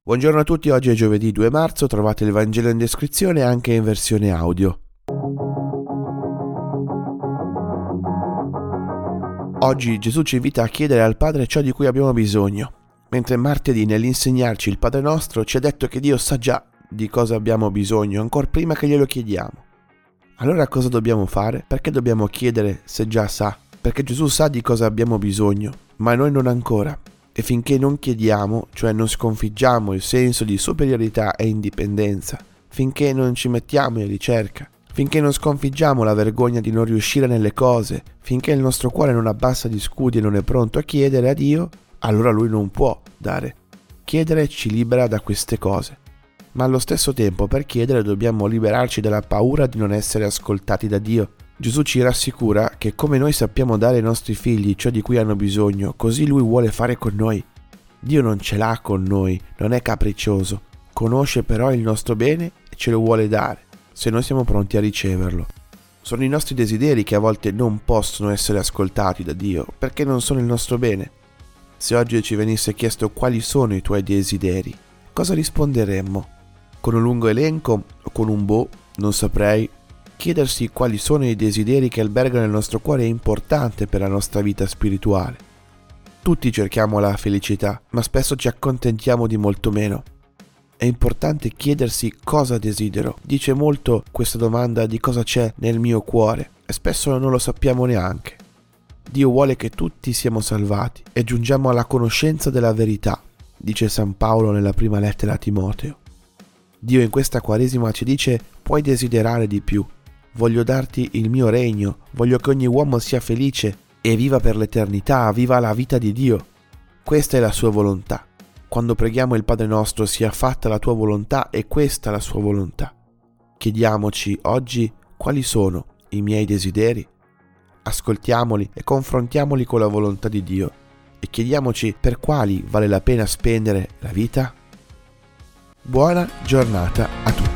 Buongiorno a tutti, oggi è giovedì 2 marzo, trovate il Vangelo in descrizione anche in versione audio. Oggi Gesù ci invita a chiedere al Padre ciò di cui abbiamo bisogno, mentre martedì nell'insegnarci il Padre nostro ci ha detto che Dio sa già di cosa abbiamo bisogno, ancora prima che glielo chiediamo. Allora cosa dobbiamo fare? Perché dobbiamo chiedere se già sa? Perché Gesù sa di cosa abbiamo bisogno, ma noi non ancora. E finché non chiediamo, cioè non sconfiggiamo il senso di superiorità e indipendenza, finché non ci mettiamo in ricerca, finché non sconfiggiamo la vergogna di non riuscire nelle cose, finché il nostro cuore non abbassa gli scudi e non è pronto a chiedere a Dio, allora Lui non può dare. Chiedere ci libera da queste cose. Ma allo stesso tempo, per chiedere dobbiamo liberarci dalla paura di non essere ascoltati da Dio. Gesù ci rassicura che come noi sappiamo dare ai nostri figli ciò di cui hanno bisogno, così Lui vuole fare con noi. Dio non ce l'ha con noi, non è capriccioso, conosce però il nostro bene e ce lo vuole dare, se noi siamo pronti a riceverlo. Sono i nostri desideri che a volte non possono essere ascoltati da Dio, perché non sono il nostro bene. Se oggi ci venisse chiesto quali sono i tuoi desideri, cosa risponderemmo? Con un lungo elenco o con un boh? Non saprei. Chiedersi quali sono i desideri che albergano nel nostro cuore è importante per la nostra vita spirituale. Tutti cerchiamo la felicità, ma spesso ci accontentiamo di molto meno. È importante chiedersi cosa desidero. Dice molto questa domanda di cosa c'è nel mio cuore e spesso non lo sappiamo neanche. Dio vuole che tutti siamo salvati e giungiamo alla conoscenza della verità, dice San Paolo nella prima lettera a Timoteo. Dio in questa Quaresima ci dice: puoi desiderare di più. Voglio darti il mio regno, voglio che ogni uomo sia felice e viva per l'eternità, viva la vita di Dio. Questa è la sua volontà. Quando preghiamo il Padre nostro, sia fatta la tua volontà, e questa la sua volontà. Chiediamoci oggi quali sono i miei desideri. Ascoltiamoli e confrontiamoli con la volontà di Dio e chiediamoci per quali vale la pena spendere la vita. Buona giornata a tutti.